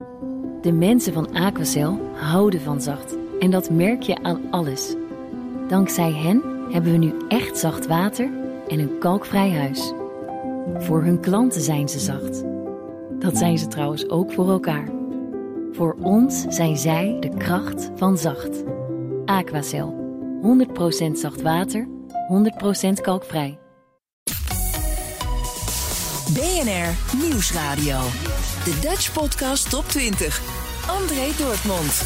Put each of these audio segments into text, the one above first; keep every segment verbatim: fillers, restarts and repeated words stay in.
De mensen van Aquacel houden van zacht. En dat merk je aan alles. Dankzij hen hebben we nu echt zacht water en een kalkvrij huis. Voor hun klanten zijn ze zacht. Dat zijn ze trouwens ook voor elkaar. Voor ons zijn zij de kracht van zacht. Aquacel. honderd procent zacht water, honderd procent kalkvrij. B N R Nieuwsradio. De Dutch Podcast Top twintig. André Dortmund.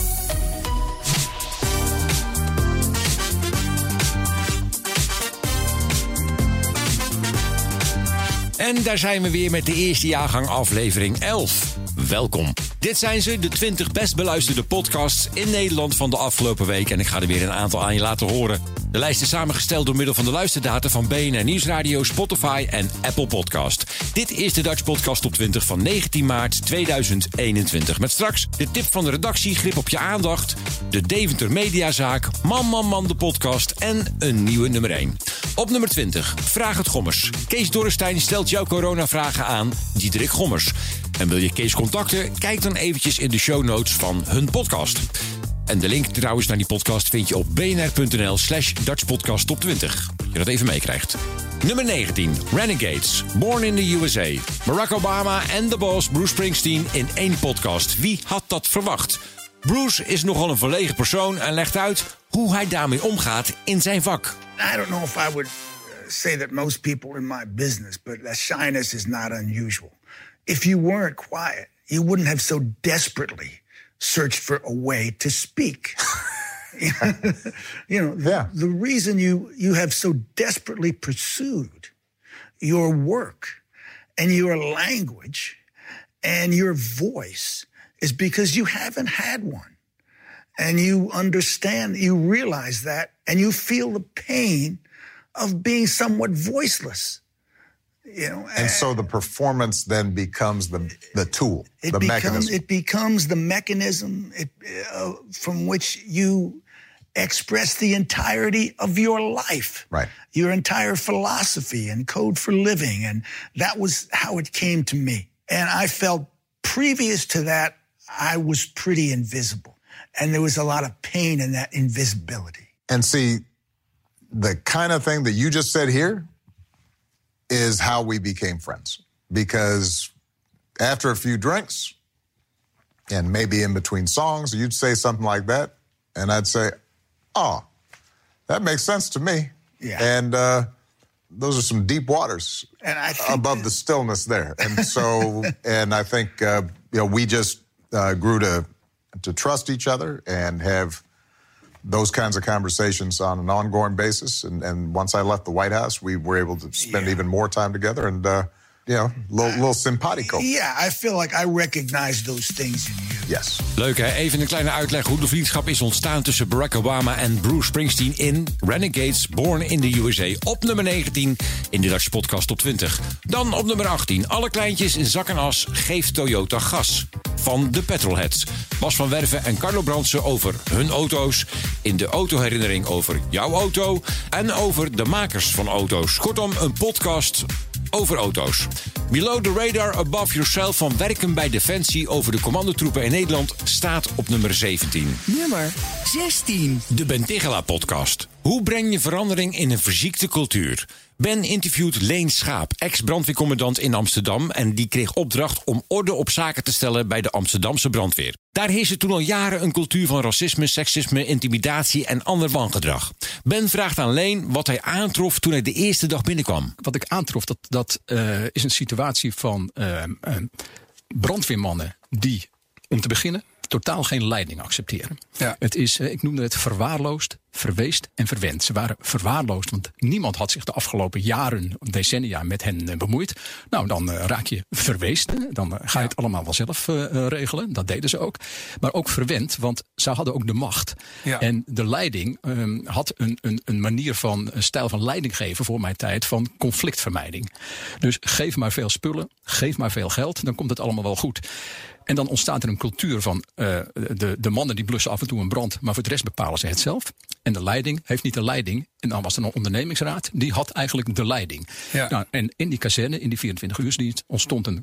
En daar zijn we weer met de eerste jaargang aflevering elf. Welkom. Dit zijn ze, de twintig best beluisterde podcasts in Nederland van de afgelopen week. En ik ga er weer een aantal aan je laten horen. De lijst is samengesteld door middel van de luisterdata van B N R Nieuwsradio, Spotify en Apple Podcast. Dit is de Dutch Podcast Top twintig van negentien maart tweeduizend eenentwintig. Met straks de tip van de redactie, grip op je aandacht, de Deventer Mediazaak, Man Man Man de podcast en een nieuwe nummer één. Op nummer twintig, Vraag het Gommers. Kees Dorrestein stelt jouw coronavragen aan Diederik Gommers. En wil je Kees contacten? Kijk dan eventjes in de show notes van hun podcast. En de link trouwens naar die podcast vind je op bnr.nl slash Dutch Podcast Top twintig. Dat je dat even meekrijgt. Nummer negentien, Renegades, Born in the U S A. Barack Obama en de boss Bruce Springsteen in één podcast. Wie had dat verwacht? Bruce is nogal een verlegen persoon en legt uit hoe hij daarmee omgaat in zijn vak. I don't know if I would say that most people in my business, but that shyness is not unusual. If you weren't quiet, you wouldn't have so desperately searched for a way to speak. you know, the, yeah. the reason you, you have so desperately pursued your work and your language and your voice is because you haven't had one. And you understand, you realize that, and you feel the pain of being somewhat voiceless. You know, and so the performance then becomes the the tool, it the becomes, mechanism. It becomes the mechanism it, uh, from which you express the entirety of your life, right? Your entire philosophy and code for living, and that was how it came to me. And I felt previous to that, I was pretty invisible, and there was a lot of pain in that invisibility. And see, the kind of thing that you just said here is how we became friends. Because after a few drinks, and maybe in between songs, you'd say something like that, and I'd say, oh, that makes sense to me. Yeah. And uh, those are some deep waters and I think above the stillness there. And so, and I think, uh, you know, we just uh, grew to to trust each other and have those kinds of conversations on an ongoing basis. And, and once I left the White House, we were able to spend yeah. even more time together and, uh, you know, a little, little simpatico. Yeah, I feel like I recognize those things in you. Yes. Leuk hè? Even een kleine uitleg hoe de vriendschap is ontstaan tussen Barack Obama en Bruce Springsteen in Renegades, Born in the U S A. Op nummer negentien in de Dutch Podcast Top twintig. Dan op nummer achttien, Alle kleintjes in zak en as geeft Toyota gas. Van de Petrolheads. Bas van Werven en Carlo Brandsen over hun auto's. In de autoherinnering over jouw auto. En over de makers van auto's. Kortom, een podcast over auto's. Below the Radar Above Yourself van Werken bij Defensie over de commandotroepen in Nederland staat op nummer zeventien. Nummer zestien. De Ben Tigela podcast. Hoe breng je verandering in een verziekte cultuur? Ben interviewt Leen Schaap, ex-brandweercommandant in Amsterdam, en die kreeg opdracht om orde op zaken te stellen bij de Amsterdamse brandweer. Daar heerste toen al jaren een cultuur van racisme, seksisme, intimidatie en ander wangedrag. Ben vraagt aan Leen wat hij aantrof toen hij de eerste dag binnenkwam. Wat ik aantrof, dat, dat uh, is een situatie van uh, uh, brandweermannen die, om te beginnen, totaal geen leiding accepteren. Ja. Het is, ik noemde het verwaarloosd, verweest en verwend. Ze waren verwaarloosd, want niemand had zich de afgelopen jaren, decennia met hen bemoeid. Nou, dan uh, raak je verweest. Dan uh, ga je het allemaal wel zelf uh, regelen. Dat deden ze ook. Maar ook verwend, want ze hadden ook de macht. Ja. En de leiding um, had een, een, een manier van, een stijl van leiding geven voor mijn tijd van conflictvermijding. Dus geef maar veel spullen, geef maar veel geld, dan komt het allemaal wel goed. En dan ontstaat er een cultuur van uh, de, de mannen die blussen af en toe een brand, maar voor de rest bepalen ze het zelf. En de leiding heeft niet de leiding. En dan was er een ondernemingsraad, die had eigenlijk de leiding. Ja. Nou, en in die kazerne, in die vierentwintig uursdienst, ontstond een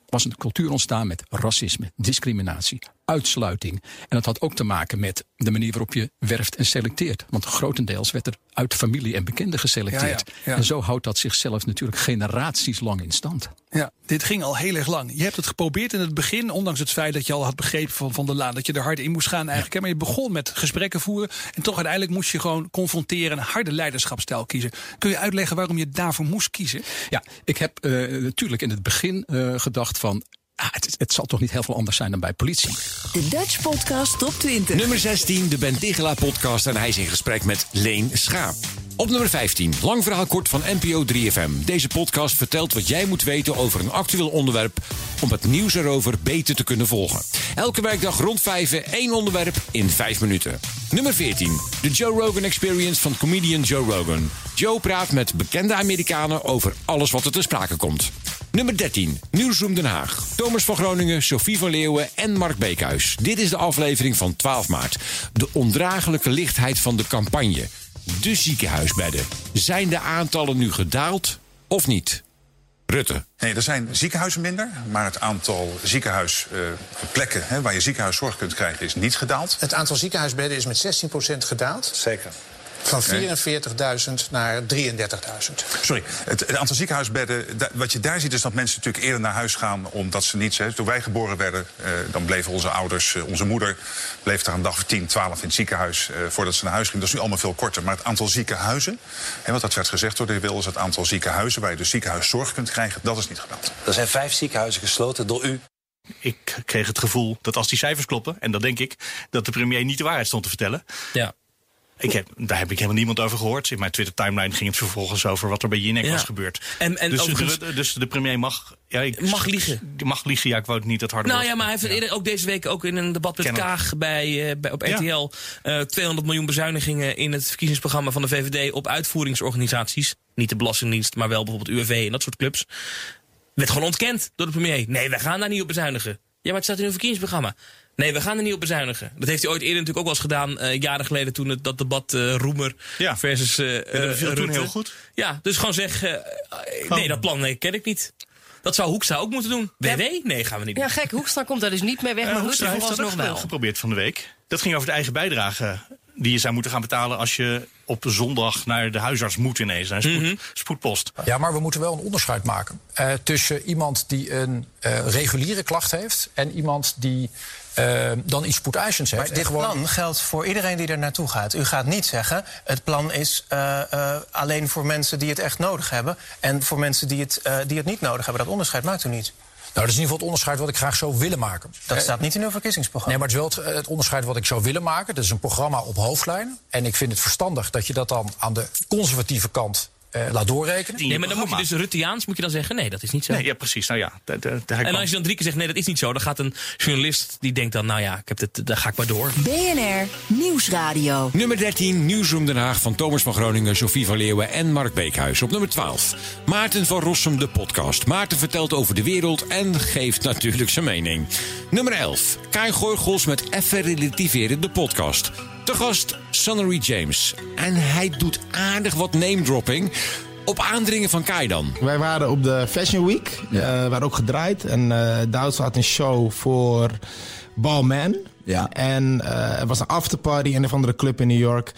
was een cultuur ontstaan met racisme, discriminatie, uitsluiting. En dat had ook te maken met de manier waarop je werft en selecteert. Want grotendeels werd er uit familie en bekenden geselecteerd. Ja, ja, ja. En zo houdt dat zichzelf natuurlijk generaties lang in stand. Ja, dit ging al heel erg lang. Je hebt het geprobeerd in het begin, ondanks het feit dat je al had begrepen van Van der Laan dat je er hard in moest gaan eigenlijk. Ja. Maar je begon met gesprekken voeren en toch uiteindelijk moest je gewoon confronteren, een harde leiderschapsstijl kiezen. Kun je uitleggen waarom je daarvoor moest kiezen? Ja, ik heb uh, natuurlijk in het begin uh, gedacht van, Ah, het, het zal toch niet heel veel anders zijn dan bij politie. De Dutch Podcast Top twintig. Nummer zestien, de Ben Tigelaar podcast. En hij is in gesprek met Leen Schaap. Op nummer vijftien, lang verhaal kort van N P O drie F M. Deze podcast vertelt wat jij moet weten over een actueel onderwerp om het nieuws erover beter te kunnen volgen. Elke werkdag rond vijf, één onderwerp in vijf minuten. Nummer veertien, de Joe Rogan Experience van comedian Joe Rogan. Joe praat met bekende Amerikanen over alles wat er ter sprake komt. Nummer dertien, Nieuwsroom Den Haag. Thomas van Groningen, Sophie van Leeuwen en Mark Beekhuis. Dit is de aflevering van twaalf maart. De ondraaglijke lichtheid van de campagne. De ziekenhuisbedden. Zijn de aantallen nu gedaald of niet? Rutte. Nee, er zijn ziekenhuizen minder, maar het aantal ziekenhuisplekken uh, waar je ziekenhuiszorg kunt krijgen is niet gedaald. Het aantal ziekenhuisbedden is met zestien procent gedaald. Zeker. Van vierenveertigduizend naar drieëndertigduizend. Sorry, het, het aantal ziekenhuisbedden, da, wat je daar ziet is dat mensen natuurlijk eerder naar huis gaan omdat ze niets. Hè, toen wij geboren werden, uh, dan bleven onze ouders, uh, onze moeder bleef daar een dag of tien, twaalf in het ziekenhuis uh, voordat ze naar huis ging. Dat is nu allemaal veel korter. Maar het aantal ziekenhuizen, hè, wat dat werd gezegd door de heer Wilders, het aantal ziekenhuizen waar je dus ziekenhuiszorg kunt krijgen, dat is niet gedaald. Er zijn vijf ziekenhuizen gesloten door u. Ik kreeg het gevoel dat als die cijfers kloppen, en dat denk ik, dat de premier niet de waarheid stond te vertellen. Ja. Ik heb, daar heb ik helemaal niemand over gehoord. In mijn Twitter-timeline ging het vervolgens over wat er bij Jinek ja. was gebeurd. En, en dus, overigens... de, dus de premier mag... Ja, ik, mag liegen. Mag liegen, ja, ik wou het niet dat harde Nou woord. ja, maar hij heeft ja. ook deze week ook in een debat met Kennelijk. Kaag bij, uh, bij, op R T L... Ja. Uh, tweehonderd miljoen bezuinigingen in het verkiezingsprogramma van de V V D... op uitvoeringsorganisaties. Niet de Belastingdienst, maar wel bijvoorbeeld U W V en dat soort clubs. Werd gewoon ontkend door de premier. Nee, wij gaan daar niet op bezuinigen. Ja, maar het staat in uw verkiezingsprogramma. Nee, we gaan er niet op bezuinigen. Dat heeft hij ooit eerder natuurlijk ook wel eens gedaan. Uh, jaren geleden toen het, dat debat uh, Roemer ja. versus uh, ja, dat viel Rutte. toen heel goed. Ja, dus gewoon zeggen... Uh, nee, dat plan nee, ken ik niet. Dat zou Hoekstra ook moeten doen. W W? Nee, gaan we niet doen. Ja, gek. Hoekstra komt daar dus niet mee weg. Uh, maar Hoekstra Rutte heeft dat vooralsnog nog wel. geprobeerd van de week. Dat ging over de eigen bijdrage die je zou moeten gaan betalen als je op zondag naar de huisarts moet ineens. Naar een spoed, mm-hmm. spoedpost. Ja, maar we moeten wel een onderscheid maken uh, tussen iemand die een uh, reguliere klacht heeft en iemand die uh, dan iets spoedeisends heeft. Maar dit gewoon... plan geldt voor iedereen die er naartoe gaat. U gaat niet zeggen, het plan is uh, uh, alleen voor mensen die het echt nodig hebben en voor mensen die het, uh, die het niet nodig hebben. Dat onderscheid maakt u niet. Nou, dat is in ieder geval het onderscheid wat ik graag zou willen maken. Dat eh, staat niet in uw verkiezingsprogramma. Nee, maar het is wel het, het onderscheid wat ik zou willen maken. Dat is een programma op hoofdlijnen. En ik vind het verstandig dat je dat dan aan de conservatieve kant uh, laat doorrekenen. Nee, maar dan moet je dus Rutteaans moet je dan zeggen, nee, dat is niet zo. Nee, ja, precies. Nou ja, de, de, de, en als je dan drie keer zegt, nee, dat is niet zo, dan gaat een journalist die denkt dan, nou ja, ik heb dit, daar ga ik maar door. B N R Nieuwsradio. Nummer dertien, Nieuwsroom Den Haag van Thomas van Groningen, Sophie van Leeuwen en Mark Beekhuis. Op nummer twaalf, Maarten van Rossum, de podcast. Maarten vertelt over de wereld en geeft natuurlijk zijn mening. Nummer elf, Kai Gorgels met Even Relativeren, de podcast. Te gast Sonnery James. En hij doet aardig wat name-dropping. Op aandringen van Kai dan. Wij waren op de Fashion Week. Ja. Uh, we waren ook gedraaid. En uh, Douds had een show voor Balmain. Ja. En uh, er was een afterparty in een of andere club in New York.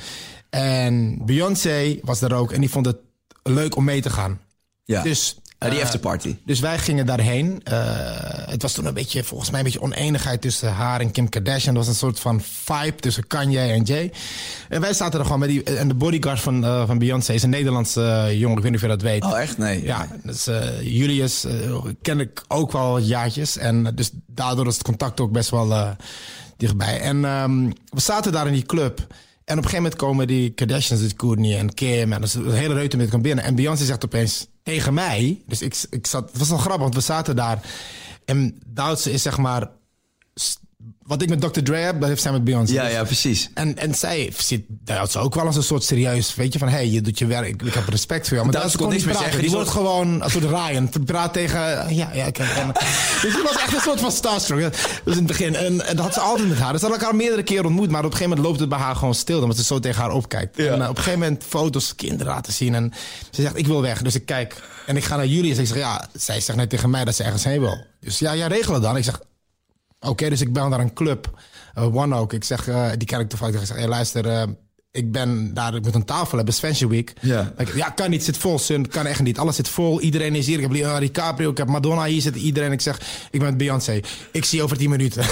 En Beyoncé was er ook. En die vond het leuk om mee te gaan. Ja. Dus... Uh, die uh, afterparty. Dus wij gingen daarheen. Uh, het was toen een beetje, volgens mij, een beetje oneenigheid tussen haar en Kim Kardashian. Er was een soort van vibe tussen Kanye en Jay. En wij zaten er gewoon met die. En de bodyguard van, uh, van Beyoncé is een Nederlandse uh, jongen. Ik weet niet of je dat weet. Oh, echt? Nee. Ja, dus uh, Julius uh, ken ik ook wel jaartjes. En uh, dus daardoor is het contact ook best wel uh, dichtbij. En um, we zaten daar in die club. En op een gegeven moment komen die Kardashians, dus Kourtney en Kim. En dus een hele reute met kwam binnen. En Beyoncé zegt opeens tegen mij. Dus ik, ik zat, het was wel grappig, want we zaten daar. En Douds is zeg maar wat ik met dokter Dre heb, dat heeft zij met Beyoncé. Ja, ja, precies. En, en zij ziet dat had ze ook wel als een soort serieus, weet je, van hé, hey, je doet je werk, ik, ik heb respect voor jou. Maar dat dat kon niks meer zeggen. Die, die wordt soort... gewoon een soort Ryan, praat tegen, ja, ja, ik en, dus die was echt een soort van starstruck. Dus in het begin, en, en dat had ze altijd met haar. Dus ze hadden elkaar meerdere keren ontmoet, maar op een gegeven moment loopt het bij haar gewoon stil, omdat ze zo tegen haar opkijkt. Ja. En uh, op een gegeven moment foto's, kinderen laten zien en ze zegt, ik wil weg. Dus ik kijk en ik ga naar jullie en ik zeg, ja, zij zegt net tegen mij dat ze ergens heen wil. Dus ja, ja, regel het dan. Ik zeg, oké, okay, dus ik ben naar een club, uh, One Oak. Ik zeg, uh, die ken ik toevallig. Ik zeg, hey, luister, uh, ik ben daar, ik moet een tafel hebben, Sventure Week. Ja. Ik, ja, kan niet, zit vol, son, kan echt niet. Alles zit vol, iedereen is hier. Ik heb Leonardo DiCaprio, ik heb Madonna, hier zit iedereen. Ik zeg, ik ben Beyoncé. Ik zie je over tien minuten.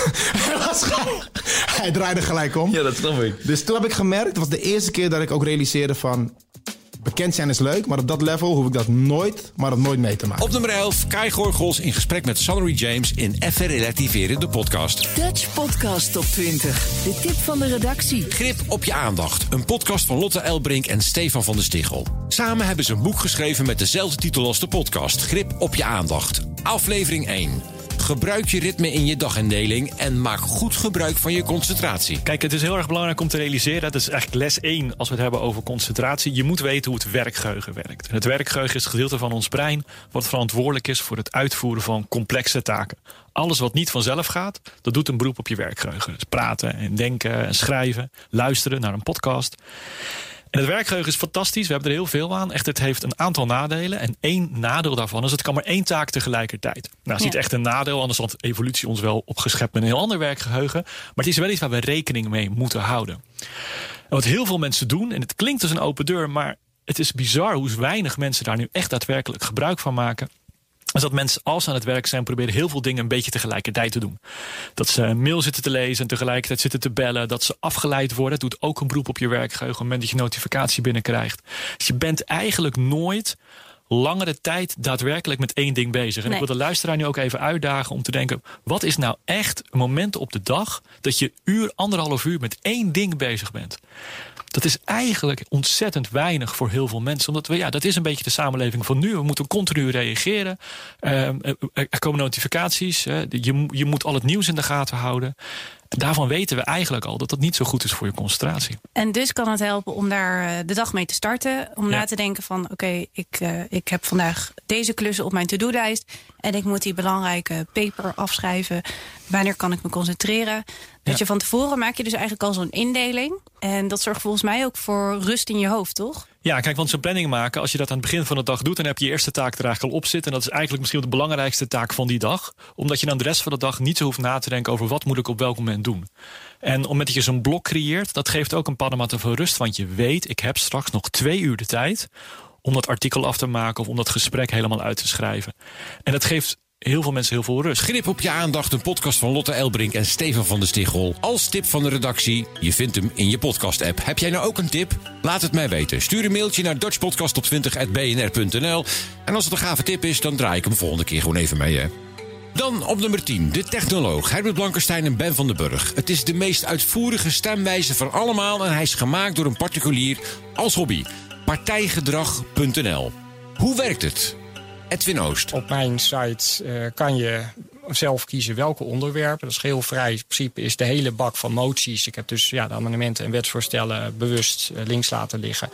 Hij draaide gelijk om. Ja, dat snap ik. Dus toen heb ik gemerkt, het was de eerste keer dat ik ook realiseerde van, bekend zijn is leuk, maar op dat level hoef ik dat nooit, maar dat nooit mee te maken. Op nummer elf, Kai Gorgels in gesprek met Sonnery James in Even Relativeren, de podcast. Dutch Podcast Top twintig. De tip van de redactie. Grip op je aandacht. Een podcast van Lotte Elbrink en Stefan van de Stichel. Samen hebben ze een boek geschreven met dezelfde titel als de podcast. Grip op je aandacht. Aflevering één. Gebruik je ritme in je dagindeling en maak goed gebruik van je concentratie. Kijk, het is heel erg belangrijk om te realiseren, dat is eigenlijk les één als we het hebben over concentratie. Je moet weten hoe het werkgeheugen werkt. Het werkgeheugen is het gedeelte van ons brein wat verantwoordelijk is voor het uitvoeren van complexe taken. Alles wat niet vanzelf gaat, dat doet een beroep op je werkgeheugen. Dus praten en denken en schrijven, luisteren naar een podcast. En het werkgeheugen is fantastisch, we hebben er heel veel aan. Echt, het heeft een aantal nadelen. En één nadeel daarvan is, het kan maar één taak tegelijkertijd. Nou, dat is niet echt een nadeel, anders had evolutie ons wel opgeschept met een heel ander werkgeheugen. Maar het is wel iets waar we rekening mee moeten houden. En wat heel veel mensen doen, en het klinkt als een open deur, maar het is bizar hoe weinig mensen daar nu echt daadwerkelijk gebruik van maken. Is dat mensen, als ze aan het werk zijn, proberen heel veel dingen een beetje tegelijkertijd te doen. Dat ze een mail zitten te lezen en tegelijkertijd zitten te bellen. Dat ze afgeleid worden. Dat doet ook een beroep op je werkgeheugen op het moment dat je notificatie binnenkrijgt. Dus je bent eigenlijk nooit langere tijd daadwerkelijk met één ding bezig. En nee. Ik wil de luisteraar nu ook even uitdagen om te denken, wat is nou echt een moment op de dag dat je uur, anderhalf uur met één ding bezig bent? Dat is eigenlijk ontzettend weinig voor heel veel mensen. Omdat we, ja, dat is een beetje de samenleving van nu. We moeten continu reageren. Uh, er komen notificaties. Uh, je, je moet al het nieuws in de gaten houden. Daarvan weten we eigenlijk al dat dat niet zo goed is voor je concentratie. En dus kan het helpen om daar de dag mee te starten. Om ja. na te denken van, oké, okay, ik, uh, ik heb vandaag deze klussen op mijn to-do-lijst. En ik moet die belangrijke paper afschrijven. Wanneer kan ik me concentreren? Dat ja. je van tevoren maak je dus eigenlijk al zo'n indeling. En dat zorgt volgens mij ook voor rust in je hoofd, toch? Ja, kijk, want zo'n planning maken, als je dat aan het begin van de dag doet, dan heb je je eerste taak er eigenlijk al op zitten. En dat is eigenlijk misschien de belangrijkste taak van die dag. Omdat je dan de rest van de dag niet zo hoeft na te denken over wat moet ik op welk moment doen. En op het moment dat je zo'n blok creëert, dat geeft ook een paddenmate van rust. Want je weet, ik heb straks nog twee uur de tijd om dat artikel af te maken of om dat gesprek helemaal uit te schrijven. En dat geeft heel veel mensen heel veel rust. Grip op je aandacht, een podcast van Lotte Elbrink en Stefan van de Stichel. Als tip van de redactie, je vindt hem in je podcast-app. Heb jij nou ook een tip? Laat het mij weten. Stuur een mailtje naar dutch podcast top twintig at b n r punt n l. En als het een gave tip is, dan draai ik hem volgende keer gewoon even mee, hè. Dan op nummer tien, de technoloog Herbert Blankenstein en Ben van den Burg. Het is de meest uitvoerige stemwijze van allemaal en hij is gemaakt door een particulier als hobby. partijgedrag punt n l. Hoe werkt het? Edwin Oost. Op mijn site uh, kan je zelf kiezen welke onderwerpen. Dat is heel vrij. In principe is de hele bak van moties. Ik heb dus ja, de amendementen en wetsvoorstellen bewust uh, links laten liggen.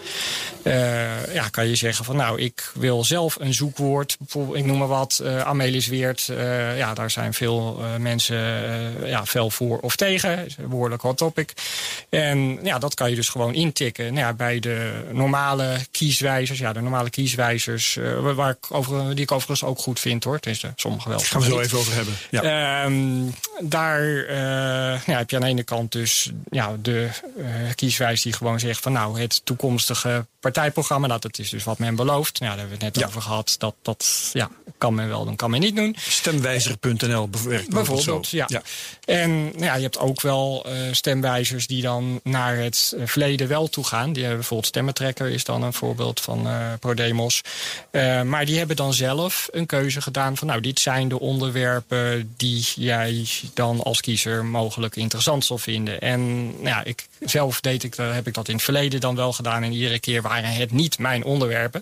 Uh, ja, kan je zeggen van nou, ik wil zelf een zoekwoord. Bijvoorbeeld, ik noem maar wat, uh, Amelis Weert. Uh, ja, daar zijn veel uh, mensen uh, ja, fel voor of tegen. Is een behoorlijk hot topic. En ja, dat kan je dus gewoon intikken. Nou ja, bij de normale kieswijzers. Ja, de normale kieswijzers. Uh, waar ik over, die ik overigens ook goed vind hoor. Tenminste, sommige wel. Daar gaan we zo even over hebben. Ja. Um, daar uh, ja, heb je aan de ene kant dus ja, de uh, kieswijze die gewoon zegt van nou, het toekomstige partijprogramma, dat het is dus wat men belooft. Nou, daar hebben we het net ja. over gehad. Dat, dat ja, kan men wel, dan kan men niet doen. Stemwijzer punt n l bewerkt bijvoorbeeld, ja. ja. En nou ja, je hebt ook wel uh, stemwijzers die dan naar het uh, verleden wel toe gaan. Die hebben bijvoorbeeld Stemmentrekker is dan een voorbeeld van uh, ProDemos. Uh, maar die hebben dan zelf een keuze gedaan van nou, dit zijn de onderwerpen onderwerpen die jij dan als kiezer mogelijk interessant zal vinden. En nou ja, ik, zelf deed ik, heb ik dat in het verleden dan wel gedaan. En iedere keer waren het niet mijn onderwerpen.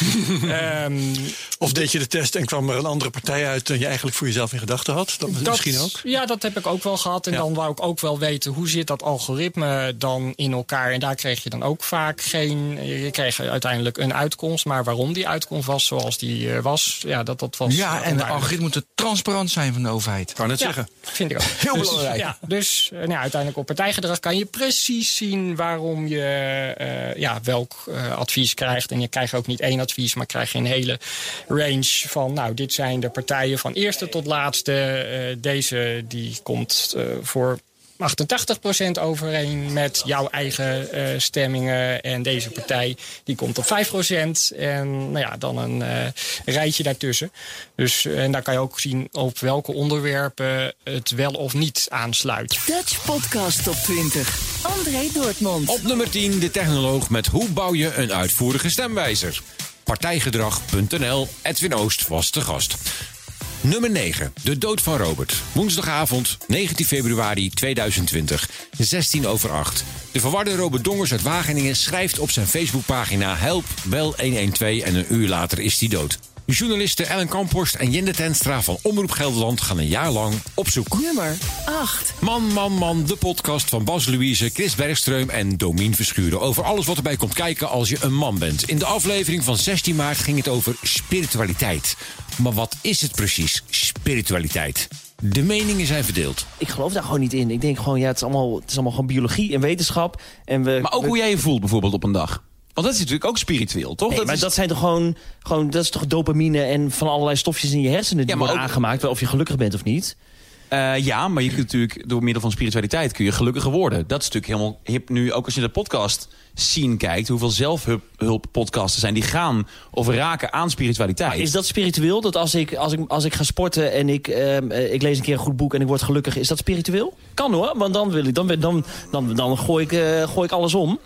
um, of deed je de test en kwam er een andere partij uit dan je eigenlijk voor jezelf in gedachten had? Dat, dat misschien ook? Ja, dat heb ik ook wel gehad. En ja. dan wou ik ook wel weten, hoe zit dat algoritme dan in elkaar? En daar kreeg je dan ook vaak geen... Je kreeg uiteindelijk een uitkomst, maar waarom die uitkomst was zoals die uh, was, ja, dat, dat was... Ja, en de algoritme moet transparant zijn van de overheid. Kan het ja, zeggen. Vind ik ook. Heel dus, belangrijk. Ja, dus uh, nou, uiteindelijk op partijgedrag kan je precies zien waarom je uh, ja, welk uh, advies krijgt. En je krijgt ook niet één advies, maar krijg je een hele range van, nou, dit zijn de partijen van eerste tot laatste. Uh, deze die komt uh, voor achtentachtig procent overeen met jouw eigen uh, stemmingen. En deze partij die komt op vijf procent. En nou ja, dan een uh, rijtje daartussen. Dus, uh, en daar kan je ook zien op welke onderwerpen het wel of niet aansluit. Dutch Podcast Top twintig. André Dortmund. Op nummer tien de technoloog met hoe bouw je een uitvoerige stemwijzer. Partijgedrag punt n l. Edwin Oost was de gast. Nummer negen. De dood van Robert. Woensdagavond, negentien februari tweeduizend twintig. zestien over acht. De verwarde Robert Dongers uit Wageningen schrijft op zijn Facebookpagina help, bel honderdtwaalf en een uur later is hij dood. Journalisten Ellen Kamphorst en Jinde Tenstra van Omroep Gelderland gaan een jaar lang op zoek. Nummer acht. Man, man, man, de podcast van Bas Louise, Chris Bergström en Domien Verschuren. Over alles wat erbij komt kijken als je een man bent. In de aflevering van zestien maart ging het over spiritualiteit. Maar wat is het precies, spiritualiteit? De meningen zijn verdeeld. Ik geloof daar gewoon niet in. Ik denk gewoon, ja, het is allemaal, het is allemaal gewoon biologie en wetenschap. En we, maar ook we... hoe jij je voelt bijvoorbeeld op een dag. Want dat is natuurlijk ook spiritueel, toch? Nee, dat maar is... dat zijn toch gewoon, gewoon... Dat is toch dopamine en van allerlei stofjes in je hersenen... die ja, maar worden ook... aangemaakt, of je gelukkig bent of niet. Uh, ja, maar je kunt natuurlijk door middel van spiritualiteit kun je gelukkiger worden. Dat is natuurlijk helemaal hip nu. Ook als je de podcast scene kijkt, hoeveel zelfhulppodcasten zijn die gaan of raken aan spiritualiteit. Maar is dat spiritueel? Dat als ik, als ik, als ik ga sporten en ik, uh, ik lees een keer een goed boek en ik word gelukkig, is dat spiritueel? Kan hoor, want dan, wil ik, dan, dan, dan, dan gooi, ik, uh, gooi ik alles om.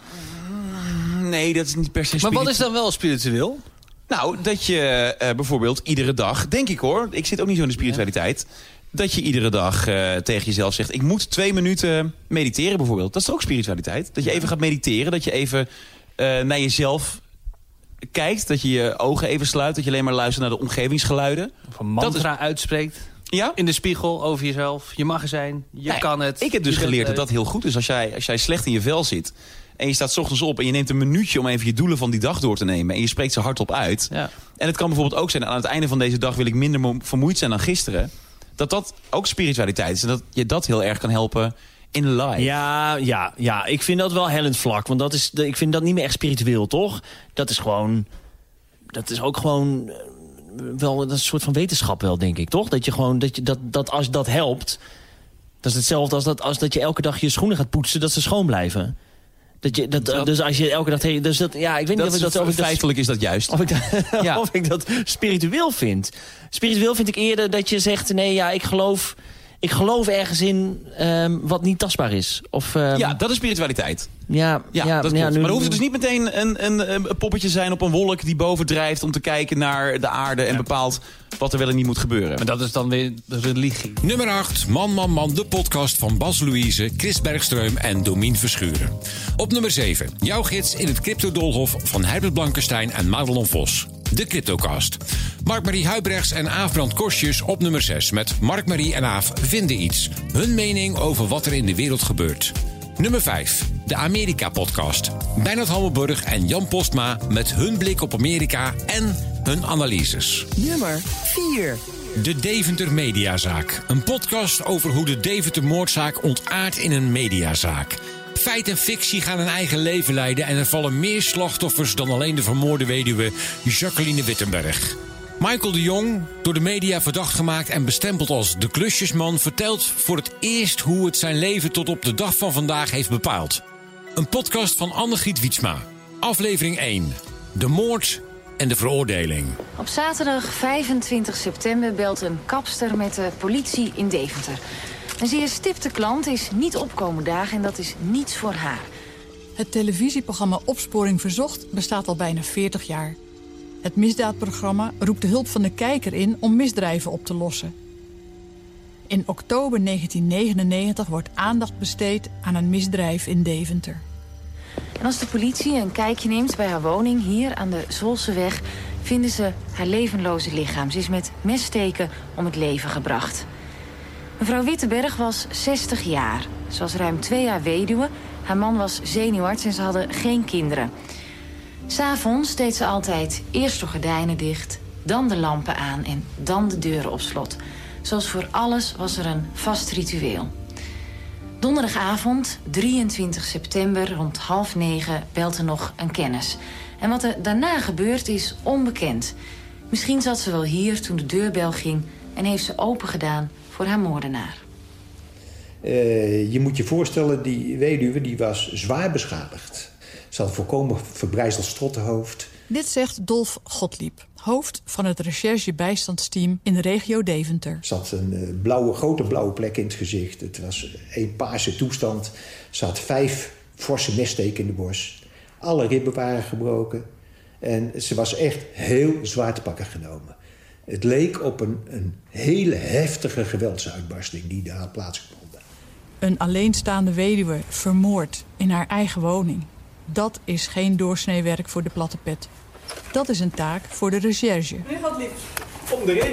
Nee, dat is niet per se spiritueel. Maar wat is dan wel spiritueel? Nou, dat je uh, bijvoorbeeld iedere dag, denk ik hoor, ik zit ook niet zo in de spiritualiteit... Ja. Dat je iedere dag uh, tegen jezelf zegt... ik moet twee minuten mediteren bijvoorbeeld. Dat is ook spiritualiteit. Dat je even gaat mediteren. Dat je even uh, naar jezelf kijkt. Dat je je ogen even sluit. Dat je alleen maar luistert naar de omgevingsgeluiden. Of een mantra is... uitspreekt. Ja? In de spiegel over jezelf. Je mag er zijn. Je nee, kan het. Ik heb dus geleerd dat dat heel goed is. Als jij, als jij slecht in je vel zit... en je staat 's ochtends op en je neemt een minuutje... om even je doelen van die dag door te nemen... en je spreekt ze hardop uit. Ja. En het kan bijvoorbeeld ook zijn... aan het einde van deze dag wil ik minder vermoeid zijn dan gisteren... dat dat ook spiritualiteit is. En dat je dat heel erg kan helpen in life. Ja, ja, ja, ik vind dat wel hellend vlak. Want dat is, ik vind dat niet meer echt spiritueel, toch? Dat is gewoon... Dat is ook gewoon... wel een soort van wetenschap wel, denk ik, toch? Dat je gewoon... Dat, je, dat, dat als dat helpt... Dat is hetzelfde als dat, als dat je elke dag je schoenen gaat poetsen... dat ze schoon blijven. Dat je, dat, dat, dus als je elke dag... Dus dat, ja, ik weet niet dat of ik dat... Of feitelijk is dat juist. Of ik dat, ja. of ik dat spiritueel vind. Spiritueel vind ik eerder dat je zegt... nee, ja, ik geloof, ik geloof ergens in um, wat niet tastbaar is. Of, um, ja, dat is spiritualiteit. Ja, ja, ja, dat ja, klopt. nu, maar dan hoeft het dus niet meteen een, een, een poppetje zijn op een wolk... die bovendrijft om te kijken naar de aarde... en bepaalt wat er wel en niet moet gebeuren. Maar dat is dan weer de religie. Nummer acht, Man, Man, Man, de podcast van Bas Louise, Chris Bergström en Domien Verschuren. Op nummer zeven, jouw gids in het cryptodolhof van Herbert Blankenstein en Madelon Vos. De Cryptocast. Mark-Marie Huibrechts en Aaf Brand Korsjes op nummer zes... met Mark-Marie en Aaf vinden iets. Hun mening over wat er in de wereld gebeurt. Nummer vijf, de Amerika-podcast. Bernard Hammelburg en Jan Postma met hun blik op Amerika en hun analyses. Nummer vier. De Deventer Mediazaak. Een podcast over hoe de Deventer-moordzaak ontaardt in een mediazaak. Feit en fictie gaan een eigen leven leiden... en er vallen meer slachtoffers dan alleen de vermoorde weduwe Jacqueline Wittenberg. Michael de Jong, door de media verdacht gemaakt en bestempeld als de klusjesman... vertelt voor het eerst hoe het zijn leven tot op de dag van vandaag heeft bepaald. Een podcast van Annegriet Wietsma. Aflevering één. De moord en de veroordeling. Op zaterdag vijfentwintig september belt een kapster met de politie in Deventer. Een zeer stipte klant is niet opkomen dagen en dat is niets voor haar. Het televisieprogramma Opsporing Verzocht bestaat al bijna veertig jaar. Het misdaadprogramma roept de hulp van de kijker in om misdrijven op te lossen. In oktober negentien negenennegentig wordt aandacht besteed aan een misdrijf in Deventer. En als de politie een kijkje neemt bij haar woning hier aan de Zwolseweg, vinden ze haar levenloze lichaam. Ze is met messteken om het leven gebracht. Mevrouw Wittenberg was zestig jaar. Ze was ruim twee jaar weduwe. Haar man was zenuwarts en ze hadden geen kinderen. 'S Avonds deed ze altijd eerst de gordijnen dicht, dan de lampen aan en dan de deuren op slot. Zoals voor alles was er een vast ritueel. Donderdagavond, drieëntwintig september, rond half negen, belt er nog een kennis. En wat er daarna gebeurt is onbekend. Misschien zat ze wel hier toen de deurbel ging en heeft ze opengedaan voor haar moordenaar. Uh, je moet je voorstellen, die weduwe die was zwaar beschadigd. Ze had een volkomen verbrijzeld strottenhoofd. Dit zegt Dolf Gottlieb, hoofd van het recherche-bijstandsteam in de regio Deventer. Ze had een blauwe, grote blauwe plek in het gezicht. Het was een paarse toestand. Ze had vijf forse messteken in de borst. Alle ribben waren gebroken. En ze was echt heel zwaar te pakken genomen. Het leek op een, een hele heftige geweldsuitbarsting die daar had plaatsgevonden. Een alleenstaande weduwe vermoord in haar eigen woning. Dat is geen doorsnee werk voor de platte pet. Dat is een taak voor de recherche. Meneer Gottlieb, kom erin.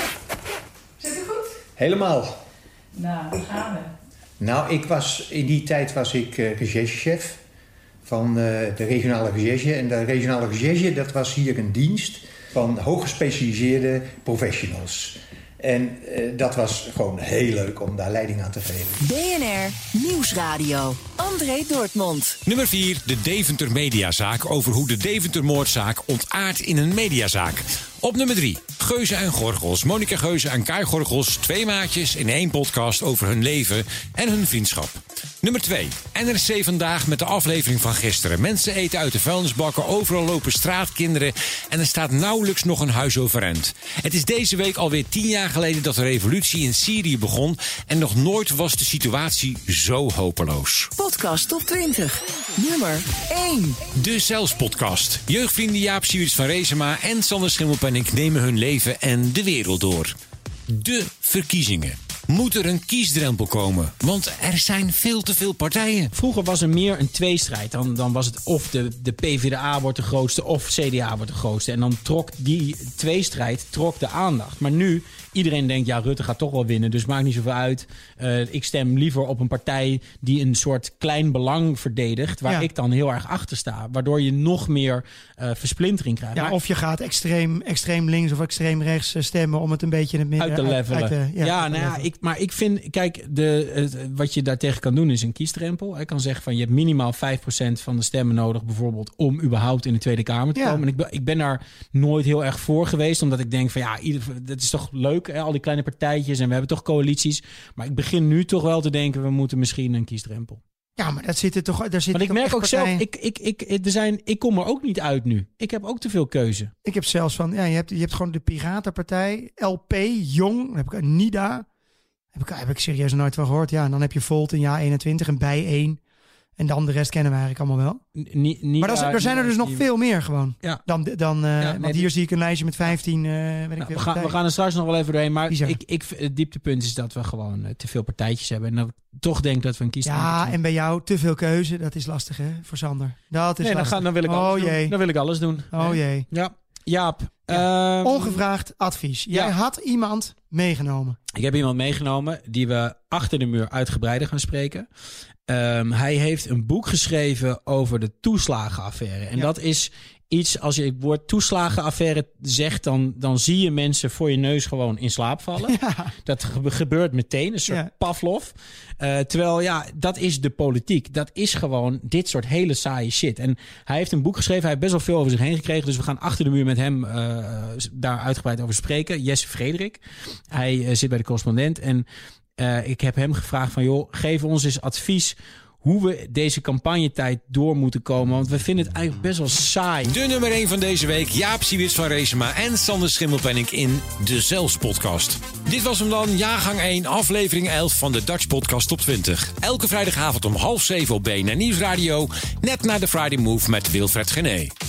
Zit het goed? Helemaal. Nou, daar gaan we. Nou, ik was, in die tijd was ik uh, recherchechef van uh, de regionale recherche. En de regionale recherche, dat was hier een dienst van hooggespecialiseerde professionals. En uh, dat was gewoon heel leuk om daar leiding aan te geven. B N R Nieuwsradio. André Dortmund. Nummer vier, de Deventer Mediazaak. Over hoe de Deventer-moordzaak ontaardt in een mediazaak. Op nummer drie, Geuze en Gorgels. Monica Geuze en Kai Gorgels, twee maatjes in één podcast over hun leven en hun vriendschap. Nummer twee, N R C Vandaag met de aflevering van gisteren. Mensen eten uit de vuilnisbakken, overal lopen straatkinderen en er staat nauwelijks nog een huis overeind. Het is deze week alweer tien jaar geleden dat de revolutie in Syrië begon en nog nooit was de situatie zo hopeloos. Podcast Top twintig. Nummer één. De Zelfs-podcast. Jeugdvrienden Jaap Siewits van Reesema en Sander Schimmelpenninck nemen hun leven en de wereld door. De verkiezingen. Moet er een kiesdrempel komen? Want er zijn veel te veel partijen. Vroeger was er meer een tweestrijd. Dan, dan was het of de, de P v d A wordt de grootste of C D A wordt de grootste. En dan trok die tweestrijd trok de aandacht. Maar nu, iedereen denkt, ja, Rutte gaat toch wel winnen. Dus maakt niet zoveel uit. Uh, ik stem liever op een partij die een soort klein belang verdedigt. Waar ja. ik dan heel erg achter sta. Waardoor je nog meer uh, versplintering krijgt. Ja, maar, of je gaat extreem, extreem links of extreem rechts stemmen om het een beetje in het midden uit te levelen. Uit, uit de, ja, ja nou ja, ik maar ik vind, kijk, de, het, wat je daartegen kan doen is een kiesdrempel. Ik kan zeggen van je hebt minimaal vijf procent van de stemmen nodig bijvoorbeeld om überhaupt in de Tweede Kamer te ja. komen. En ik, ik ben daar nooit heel erg voor geweest, omdat ik denk van ja, ieder, dat is toch leuk, hè? Al die kleine partijtjes en we hebben toch coalities. Maar ik begin nu toch wel te denken, we moeten misschien een kiesdrempel. Ja, maar dat zit er toch. Daar zit maar ik merk ook partijen. zelf, ik, ik, ik, er zijn, ik kom er ook niet uit nu. Ik heb ook te veel keuze. Ik heb zelfs van, ja, je hebt, je hebt gewoon de Piratenpartij, L P, Jong, dan heb ik NIDA. Heb ik, heb ik serieus nooit van gehoord. Ja, en dan heb je Volt in jaar eenentwintig en bij één. En dan de rest kennen we eigenlijk allemaal wel. N- niet maar er zijn er dus nog veel meer gewoon. Ja. Dan, dan, uh, ja, want nee, hier zie ik een lijstje met vijftien. Uh, weet nou, ik we, gaan, we gaan er straks nog wel even doorheen. Maar ik, ik, het dieptepunt is dat we gewoon uh, te veel partijtjes hebben. En dat ik toch denk dat we een kiesdrempel Ja, en bij jou te veel keuze. Dat is lastig, hè, voor Sander. Dat is nee, lastig. Dan, ga, dan, wil ik oh, alles jee. doen. dan wil ik alles doen. Oh nee. jee. Ja. Jaap. Ja. Um, Ongevraagd advies. Jij ja. had iemand meegenomen. Ik heb iemand meegenomen die we achter de muur uitgebreider gaan spreken. Um, hij heeft een boek geschreven over de toeslagenaffaire. En ja. dat is iets, als je het woord toeslagenaffaire zegt, dan, dan zie je mensen voor je neus gewoon in slaap vallen. Ja. Dat ge- gebeurt meteen, een soort ja. Pavlov. Uh, terwijl, ja, dat is de politiek. Dat is gewoon dit soort hele saaie shit. En hij heeft een boek geschreven, hij heeft best wel veel over zich heen gekregen. Dus we gaan achter de muur met hem uh, daar uitgebreid over spreken. Jesse Frederik. Hij uh, zit bij de Correspondent en uh, ik heb hem gevraagd van, joh, geef ons eens advies hoe we deze campagnetijd door moeten komen. Want we vinden het eigenlijk best wel saai. De nummer één van deze week. Jaap Siewits van Reesema en Sander Schimmelpenninck in de Zelfs podcast. Dit was hem dan, jaargang één, aflevering elf van de Dutch Podcast Top twintig. Elke vrijdagavond om half zeven op B N R Nieuwsradio. Net na de Friday Move met Wilfred Gené.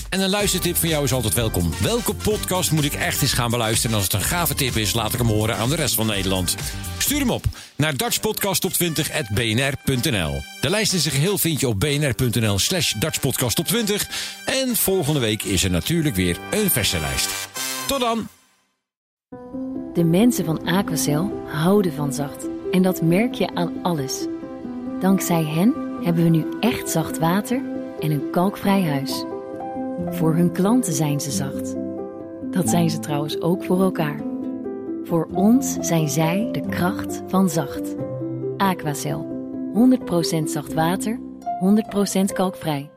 En een luistertip van jou is altijd welkom. Welke podcast moet ik echt eens gaan beluisteren? En als het een gave tip is, laat ik hem horen aan de rest van Nederland. Stuur hem op naar dutch podcast top twintig at b n r punt n l. De lijst in zijn geheel vind je op bnr.nl slash Dutch Podcast Top twintig. En volgende week is er natuurlijk weer een verse lijst. Tot dan! De mensen van Aquacel houden van zacht. En dat merk je aan alles. Dankzij hen hebben we nu echt zacht water en een kalkvrij huis. Voor hun klanten zijn ze zacht. Dat zijn ze trouwens ook voor elkaar. Voor ons zijn zij de kracht van zacht. Aquacel. honderd procent zacht water, honderd procent kalkvrij.